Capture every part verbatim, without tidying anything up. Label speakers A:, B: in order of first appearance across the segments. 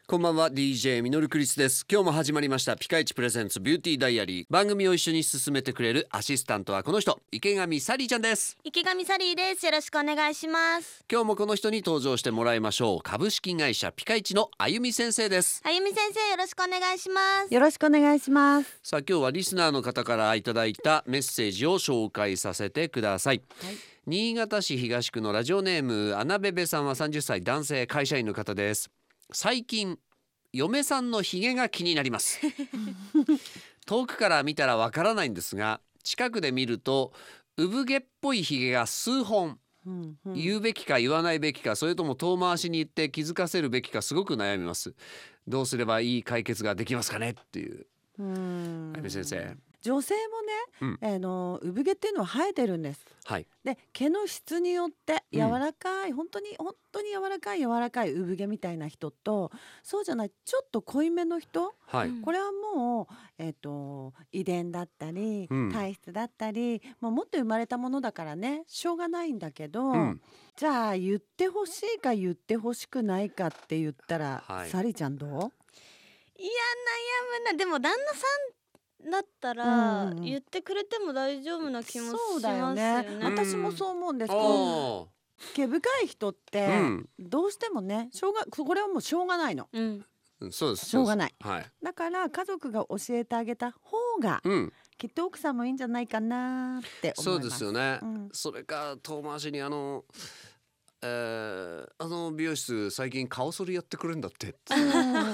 A: こんばんは ディージェー ミノルクリスです。今日も始まりましたピカイチプレゼンツビューティーダイアリー。番組を一緒に進めてくれるアシスタントはこの人、池上サリーちゃんです。
B: 池上サリーです。よろしくお願いします。
A: 今日もこの人に登場してもらいましょう。株式会社ピカイチのあゆみ先生です。
B: あゆみ先生、よろしくお願いします。
C: よろしくお願いします。
A: さあ今日はリスナーの方からいただいたメッセージを紹介させてください、はい、新潟市東区のラジオネームアナベベさんはさんじゅっさい男性会社員の方です。最近嫁さんのひげが気になります遠くから見たらわからないんですが、近くで見ると産毛っぽいひげが数本、うんうん、言うべきか言わないべきか、それとも遠回しに言って気づかせるべきか、すごく悩みます。どうすればいい解決ができますかねっていう。うーん、あゆみ先生、
C: 女性もね、うん、あの産毛っていうのは生えてるんです、はい、で毛の質によって柔らかい、うん、本当に本当に柔らかい柔らかい産毛みたいな人と、そうじゃないちょっと濃いめの人、はい、これはもう、えーと、遺伝だったり、うん、体質だったり、もう持って生まれたものだからね、しょうがないんだけど、うん、じゃあ言ってほしいか言ってほしくないかって言ったら、はい、サリちゃんどう？いや、悩
B: むな。でも旦那さんだったら言ってくれても大丈夫な気もしますよね。そうだよね、
C: 私もそう思うんですけど、毛深い人ってどうしてもね、しょうがこれはもうしょうがないの、うん、そうです、しょうがない、はい、だから家族が教えてあげた方が、うん、きっと奥さんもいいんじゃないかなって思います。そうですよね、うん、
A: それか遠回しにあのえー、あの美容室最近顔剃りやってくれるんだってとか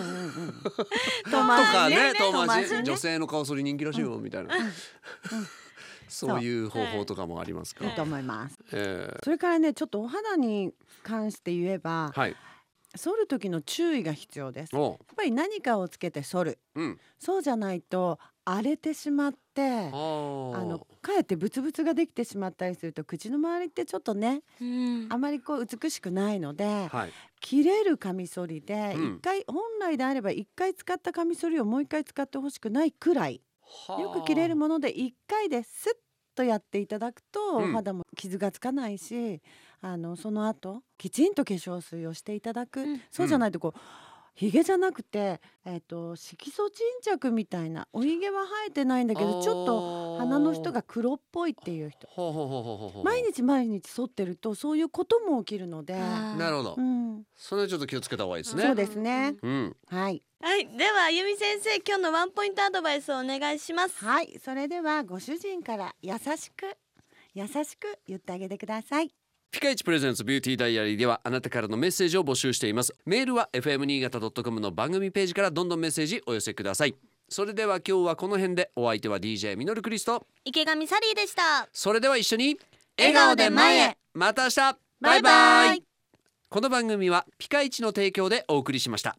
A: ね、遠回し、女性の顔剃り人気らしいよみたいな、うんうん、そういう方法とかもありますか？
C: いいと思います、えー、それからね、ちょっとお肌に関して言えば、はい、剃る時の注意が必要です。やっぱり何かをつけて剃る、うん、そうじゃないと荒れてしまって、あのかえってブツブツができてしまったりすると、口の周りってちょっとね、うん、あまりこう美しくないので、はい、切れるカミソリで一回、うん、本来であれば一回使ったカミソリをもう一回使ってほしくないくらい、よく切れるもので一回でスッとやっていただくと、うん、お肌も傷がつかないし、あのその後きちんと化粧水をしていただく、うん、そうじゃないとこうひげじゃなくて、えーと、色素沈着みたいな、おひげは生えてないんだけどちょっと鼻の人が黒っぽいっていう人、毎日毎日剃ってるとそういうことも起きるので。
A: なるほど、うん、それはちょっと気をつけた方がいいですね。
C: そうですね、うん、はい、
B: はい、ではあゆみ先生、今日のワンポイントアドバイスをお願いします。
C: はい、それではご主人から優しく優しく言ってあげてください。
A: ピカイチプレゼンツビューティーダイアリーではあなたからのメッセージを募集しています。メールは エフエム 新潟 ドットコム の番組ページからどんどんメッセージお寄せください。それでは今日はこの辺で。お相手は ディージェー ミノルクリスト、
B: 池上サリーでした。
A: それでは一緒に
B: 笑顔で前へ。
A: また明日、バイバイ。この番組はピカイチの提供でお送りしました。